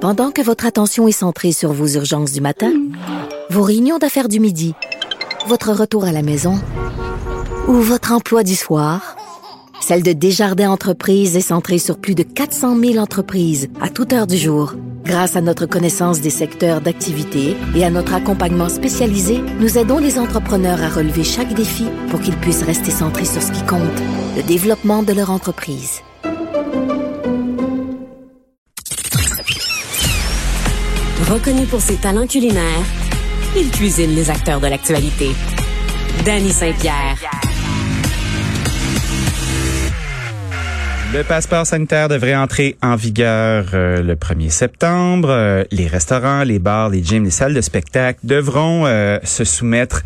Pendant que votre attention est centrée sur vos urgences du matin, vos réunions d'affaires du midi, votre retour à la maison ou votre emploi du soir, celle de Desjardins Entreprises est centrée sur plus de 400 000 entreprises à toute heure du jour. Grâce à notre connaissance des secteurs d'activité et à notre accompagnement spécialisé, nous aidons les entrepreneurs à relever chaque défi pour qu'ils puissent rester centrés sur ce qui compte, le développement de leur entreprise. Reconnu pour ses talents culinaires, il cuisine les acteurs de l'actualité. Danny Saint-Pierre. Le passeport sanitaire devrait entrer en vigueur le 1er septembre. Les restaurants, les bars, les gyms, les salles de spectacle devront se soumettre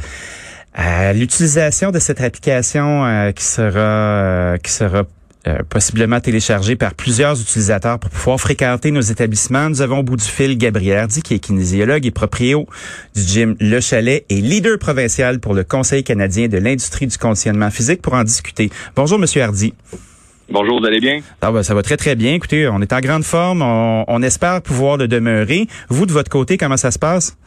à l'utilisation de cette application qui sera possiblement téléchargée par plusieurs utilisateurs pour pouvoir fréquenter nos établissements. Nous avons au bout du fil Gabriel Hardy, qui est kinésiologue et proprio du gym Le Chalet et leader provincial pour le Conseil canadien de l'industrie du conditionnement physique pour en discuter. Bonjour, Monsieur Hardy. Bonjour, vous allez bien? Ça va très, très bien. Écoutez, on est en grande forme. On espère pouvoir le demeurer. Vous, de votre côté, comment ça se passe?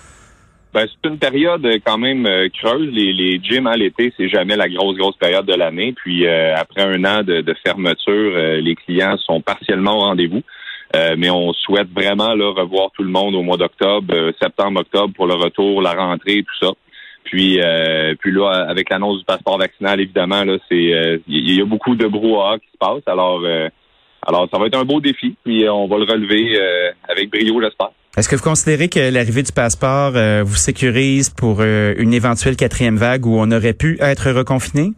C'est une période quand même creuse. Les gyms, l'été, c'est jamais la grosse période de l'année. Puis après un an de fermeture, les clients sont partiellement au rendez-vous. Mais on souhaite vraiment revoir tout le monde au mois d'octobre, septembre-octobre pour le retour, la rentrée, tout ça. Puis là, avec l'annonce du passeport vaccinal, évidemment, là, il y a beaucoup de brouhaha qui se passe. Alors, ça va être un beau défi. Puis on va le relever avec brio, j'espère. Est-ce que vous considérez que l'arrivée du passeport vous sécurise pour une éventuelle 4e vague où on aurait pu être reconfiné?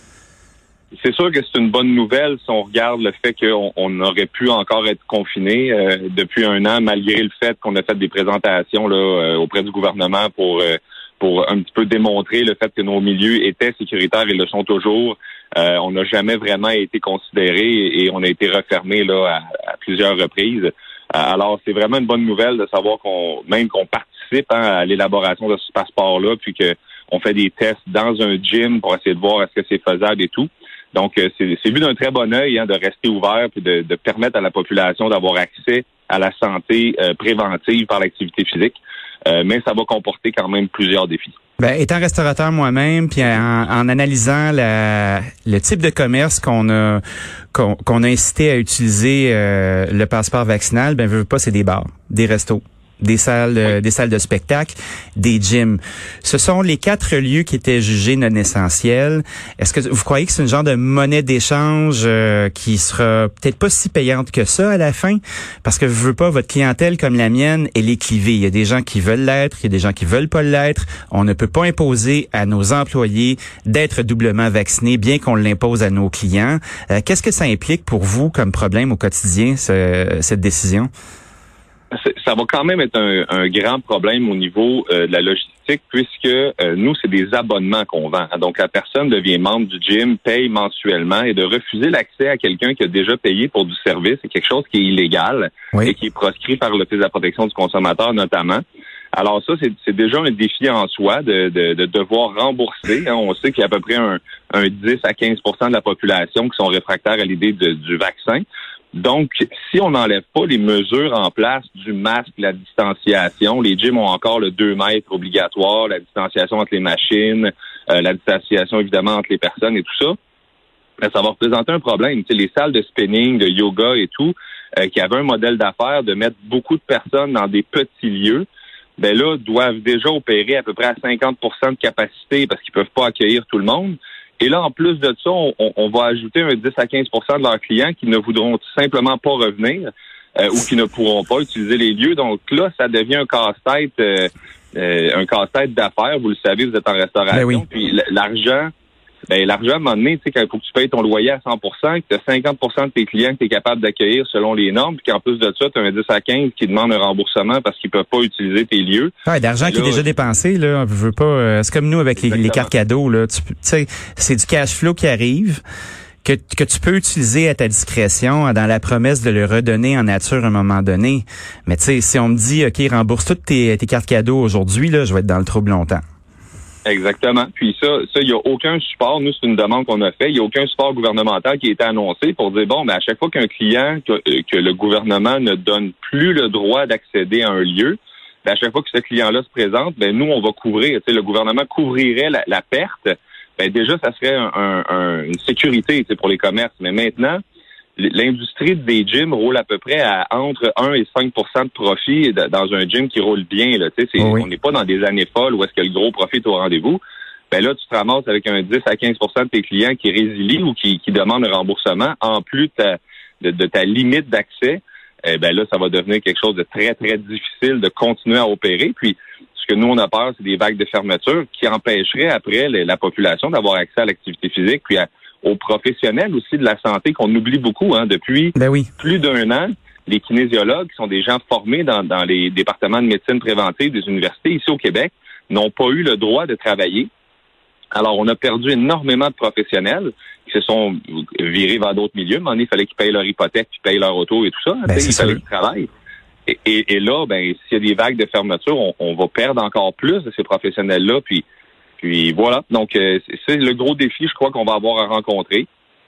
C'est sûr que c'est une bonne nouvelle si on regarde le fait qu'on aurait pu encore être confiné depuis un an, malgré le fait qu'on a fait des présentations auprès du gouvernement pour un petit peu démontrer le fait que nos milieux étaient sécuritaires et le sont toujours. On n'a jamais vraiment été considérés et on a été refermés à plusieurs reprises. Alors, c'est vraiment une bonne nouvelle de savoir qu'on participe à l'élaboration de ce passeport-là, puis qu'on fait des tests dans un gym pour essayer de voir est-ce que c'est faisable et tout. Donc, c'est vu d'un très bon œil de rester ouvert puis de permettre à la population d'avoir accès à la santé préventive par l'activité physique. Mais ça va comporter quand même plusieurs défis. Étant restaurateur moi-même, puis en analysant le type de commerce qu'on a incité à utiliser le passeport vaccinal, veux pas, c'est des bars, des restos, des salles de spectacle, des gyms. Ce sont les 4 lieux qui étaient jugés non essentiels. Est-ce que vous croyez que c'est une genre de monnaie d'échange qui sera peut-être pas si payante que ça à la fin? Parce que je veux pas, votre clientèle comme la mienne, elle est clivée. Il y a des gens qui veulent l'être, il y a des gens qui veulent pas l'être. On ne peut pas imposer à nos employés d'être doublement vaccinés, bien qu'on l'impose à nos clients. Qu'est-ce que ça implique pour vous comme problème au quotidien, cette décision? Ça va quand même être un grand problème au niveau de la logistique puisque nous, c'est des abonnements qu'on vend. Donc, la personne devient membre du gym, paye mensuellement et de refuser l'accès à quelqu'un qui a déjà payé pour du service, c'est quelque chose qui est illégal et qui est proscrit par l'Office de la protection du consommateur notamment. Alors ça, c'est déjà un défi en soi de devoir rembourser. On sait qu'il y a à peu près un 10 à 15 % de la population qui sont réfractaires à l'idée du vaccin. Donc, si on n'enlève pas les mesures en place du masque, la distanciation, les gyms ont encore le 2 mètres obligatoire, la distanciation entre les machines, la distanciation évidemment entre les personnes et tout ça, ça va représenter un problème. Tu sais, les salles de spinning, de yoga et tout, qui avaient un modèle d'affaires de mettre beaucoup de personnes dans des petits lieux, là, doivent déjà opérer à peu près à 50 % de capacité parce qu'ils peuvent pas accueillir tout le monde. Et là, en plus de ça, on va ajouter un 10 à 15 % de leurs clients qui ne voudront tout simplement pas revenir ou qui ne pourront pas utiliser les lieux. Donc là, ça devient un casse-tête d'affaires. Vous le savez, vous êtes en restauration. Oui. Puis l'argent, à un moment donné, tu sais, quand il faut que tu payes ton loyer à 100 % que tu as 50 % de tes clients que tu es capable d'accueillir selon les normes, puis qu'en plus de ça, tu as un 10 à 15 qui demande un remboursement parce qu'ils peuvent pas utiliser tes lieux. Ouais, d'argent qui est déjà dépensé, là. On veut pas, c'est comme nous avec les cartes cadeaux, là. Tu sais, c'est du cash flow qui arrive. Que tu peux utiliser à ta discrétion dans la promesse de le redonner en nature à un moment donné. Mais tu sais, si on me dit, OK, rembourse toutes tes cartes cadeaux aujourd'hui, là, je vais être dans le trouble longtemps. Exactement. Puis ça, il n'y a aucun support. Nous, c'est une demande qu'on a fait. Il n'y a aucun support gouvernemental qui a été annoncé pour dire, bon, à chaque fois qu'un client, que le gouvernement ne donne plus le droit d'accéder à un lieu, à chaque fois que ce client-là se présente, nous, on va couvrir. Le gouvernement couvrirait la perte. Déjà, ça serait une sécurité pour les commerces. Mais maintenant, l'industrie des gyms roule à peu près à entre 1 et 5 % de profit dans un gym qui roule bien. Là. On n'est pas dans des années folles où est-ce que le gros profit est au rendez-vous. Là, tu te ramasses avec un 10 à 15 % de tes clients qui résilient ou qui demandent un remboursement en plus de ta limite d'accès. Là, ça va devenir quelque chose de très, très difficile de continuer à opérer. Puis, ce que nous, on a peur, c'est des vagues de fermeture qui empêcheraient après la population d'avoir accès à l'activité physique, puis aux professionnels aussi de la santé qu'on oublie beaucoup. Depuis plus d'1 an, les kinésiologues, qui sont des gens formés dans les départements de médecine préventive des universités ici au Québec, n'ont pas eu le droit de travailler. Alors, on a perdu énormément de professionnels qui se sont virés vers d'autres milieux. À un moment donné, il fallait qu'ils payent leur hypothèque, qu'ils payent leur auto et tout ça. Il fallait qu'ils travaillent. Et là, s'il y a des vagues de fermeture, on va perdre encore plus de ces professionnels-là. Puis voilà. Donc, c'est le gros défi, je crois, qu'on va avoir à rencontrer.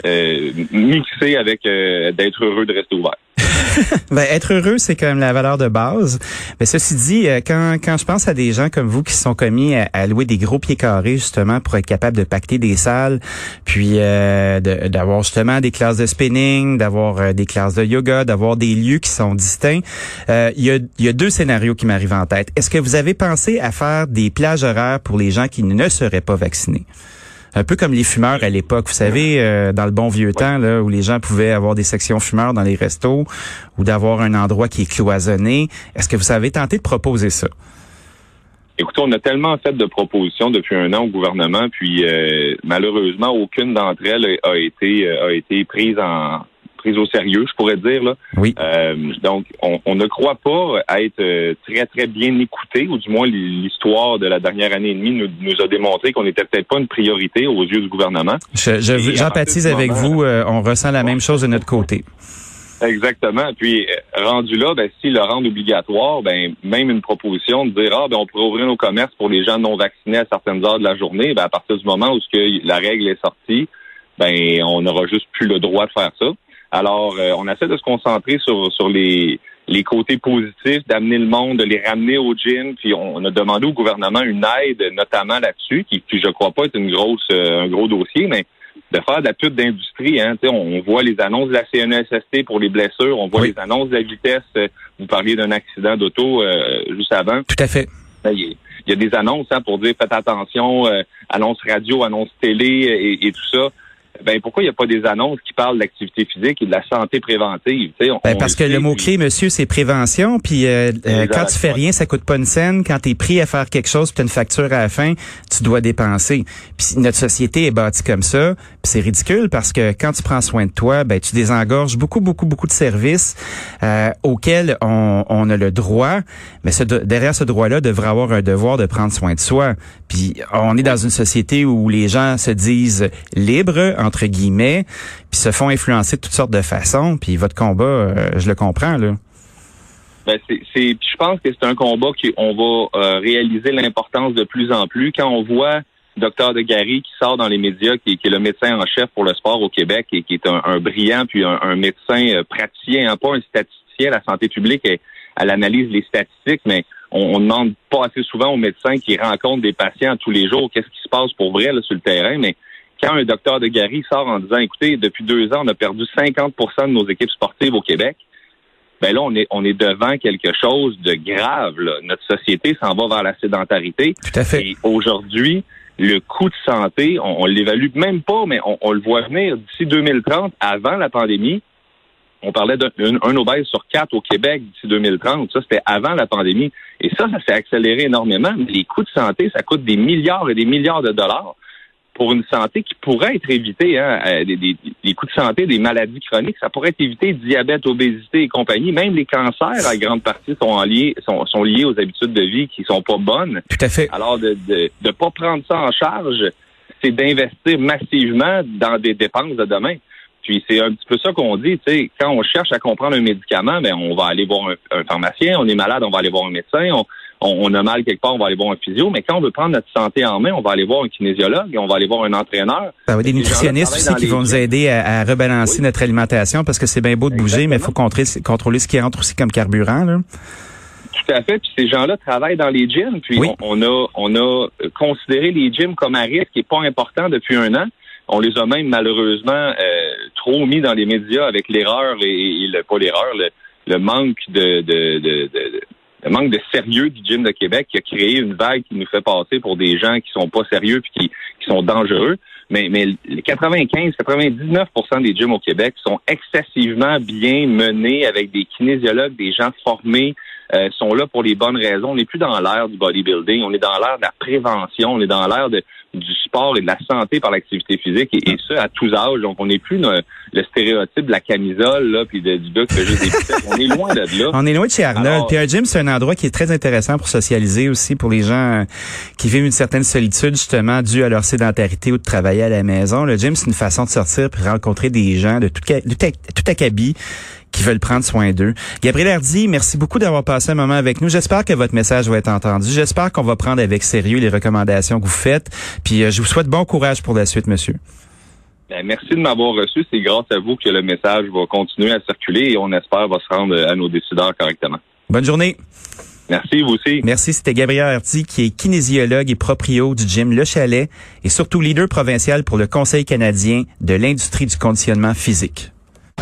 Mixé avec d'être heureux de rester ouvert. Être heureux, c'est quand même la valeur de base. Mais ceci dit, quand je pense à des gens comme vous qui se sont commis à louer des gros pieds carrés justement pour être capable de pacter des salles, puis d'avoir justement des classes de spinning, d'avoir des classes de yoga, d'avoir des lieux qui sont distincts, il y a 2 scénarios qui m'arrivent en tête. Est-ce que vous avez pensé à faire des plages horaires pour les gens qui ne seraient pas vaccinés? Un peu comme les fumeurs à l'époque, vous savez, dans le bon vieux temps, là, où les gens pouvaient avoir des sections fumeurs dans les restos ou d'avoir un endroit qui est cloisonné. Est-ce que vous avez tenté de proposer ça? Écoutez, on a tellement fait de propositions depuis 1 an au gouvernement, puis malheureusement, aucune d'entre elles a été prise au sérieux, je pourrais dire. Là. Oui. Donc, on ne croit pas être très, très bien écouté, ou du moins l'histoire de la dernière année et demie nous a démontré qu'on n'était peut-être pas une priorité aux yeux du gouvernement. J'empathise avec vous, on ressent la même chose de notre côté. Exactement. Puis, rendu là, s'ils le rendent obligatoire, même une proposition de dire, on pourrait ouvrir nos commerces pour les gens non vaccinés à certaines heures de la journée, à partir du moment où la règle est sortie, on n'aura juste plus le droit de faire ça. Alors, on essaie de se concentrer sur les côtés positifs, d'amener le monde, de les ramener au gym. Puis on a demandé au gouvernement une aide, notamment là-dessus, qui je crois pas être un gros dossier, mais de faire de la pub d'industrie. On voit les annonces de la CNESST pour les blessures, on voit les annonces de la vitesse. Vous parliez d'un accident d'auto juste avant. Tout à fait. Il y a des annonces pour dire faites attention, annonces radio, annonces télé et tout ça. Pourquoi il n'y a pas des annonces qui parlent de l'activité physique et de la santé préventive? Parce que le mot-clé, monsieur, c'est prévention. Puis quand tu fais rien, ça coûte pas une scène. Quand tu es pris à faire quelque chose, puis tu as une facture à la fin, tu dois dépenser. Puis notre société est bâtie comme ça. Puis c'est ridicule parce que quand tu prends soin de toi, tu désengorges beaucoup de services auxquels on a le droit. Mais derrière ce droit-là, devrait avoir un devoir de prendre soin de soi. Puis on est dans une société où les gens se disent libres, entre guillemets, puis se font influencer de toutes sortes de façons. Puis votre combat, je le comprends, là. Je pense que c'est un combat qu'on va réaliser l'importance de plus en plus. Quand on voit Dr Degary qui sort dans les médias, qui est le médecin en chef pour le sport au Québec et qui est un brillant puis un médecin praticien, pas un statisticien. La santé publique, elle analyse les statistiques, mais on demande pas assez souvent aux médecins qui rencontrent des patients tous les jours qu'est-ce qui se passe pour vrai là, sur le terrain. Mais quand un docteur Degary sort en disant, écoutez, depuis 2 ans, on a perdu 50 % de nos équipes sportives au Québec, là, on est devant quelque chose de grave. Là. Notre société s'en va vers la sédentarité. Tout à fait. Et aujourd'hui, le coût de santé, on l'évalue même pas, mais on le voit venir d'ici 2030, avant la pandémie. On parlait d'un obèse sur 4 au Québec d'ici 2030. Ça, c'était avant la pandémie. Et ça s'est accéléré énormément. Mais les coûts de santé, ça coûte des milliards et des milliards de dollars pour une santé qui pourrait être évitée. Les coûts de santé des maladies chroniques, ça pourrait être évité, diabète, obésité et compagnie. Même les cancers, à grande partie, sont liés aux habitudes de vie qui sont pas bonnes. Tout à fait. Alors, de pas prendre ça en charge, c'est d'investir massivement dans des dépenses de demain. Puis c'est un petit peu ça qu'on dit, tu sais, quand on cherche à comprendre un médicament, on va aller voir un pharmacien, on est malade, on va aller voir un médecin, on a mal quelque part, on va aller voir un physio, mais quand on veut prendre notre santé en main, on va aller voir un kinésiologue, on va aller voir un entraîneur. Des nutritionnistes aussi qui vont nous aider à rebalancer notre alimentation, parce que c'est bien beau de bouger, mais il faut contrôler ce qui rentre aussi comme carburant, là. Tout à fait. Puis ces gens-là travaillent dans les gyms. Puis on a considéré les gyms comme à risque, qui est pas important depuis 1 an. On les a même malheureusement trop mis dans les médias avec l'erreur le manque le manque de sérieux du gym de Québec qui a créé une vague qui nous fait passer pour des gens qui sont pas sérieux puis qui sont dangereux. Mais les 99% des gyms au Québec sont excessivement bien menés avec des kinésiologues, des gens formés, sont là pour les bonnes raisons. On n'est plus dans l'ère du bodybuilding, on est dans l'ère de la prévention, on est dans l'ère du sport et de la santé par l'activité physique, et ça à tous âges. Donc on n'est plus dans le stéréotype de la camisole là, puis du gars qui fait juste des biceps. On est loin de là. On est loin de chez Arnold. Puis un gym, c'est un endroit qui est très intéressant pour socialiser aussi, pour les gens qui vivent une certaine solitude justement due à leur sédentarité ou de travailler à la maison. Le gym, c'est une façon de sortir puis rencontrer des gens de tout acabit qui veulent prendre soin d'eux. Gabriel Hardy, merci beaucoup d'avoir passé un moment avec nous. J'espère que votre message va être entendu. J'espère qu'on va prendre avec sérieux les recommandations que vous faites. Puis je vous souhaite bon courage pour la suite, monsieur. Merci de m'avoir reçu. C'est grâce à vous que le message va continuer à circuler et on espère va se rendre à nos décideurs correctement. Bonne journée. Merci, vous aussi. Merci, c'était Gabriel Hardy, qui est kinésiologue et proprio du gym Le Chalet et surtout leader provincial pour le Conseil canadien de l'industrie du conditionnement physique.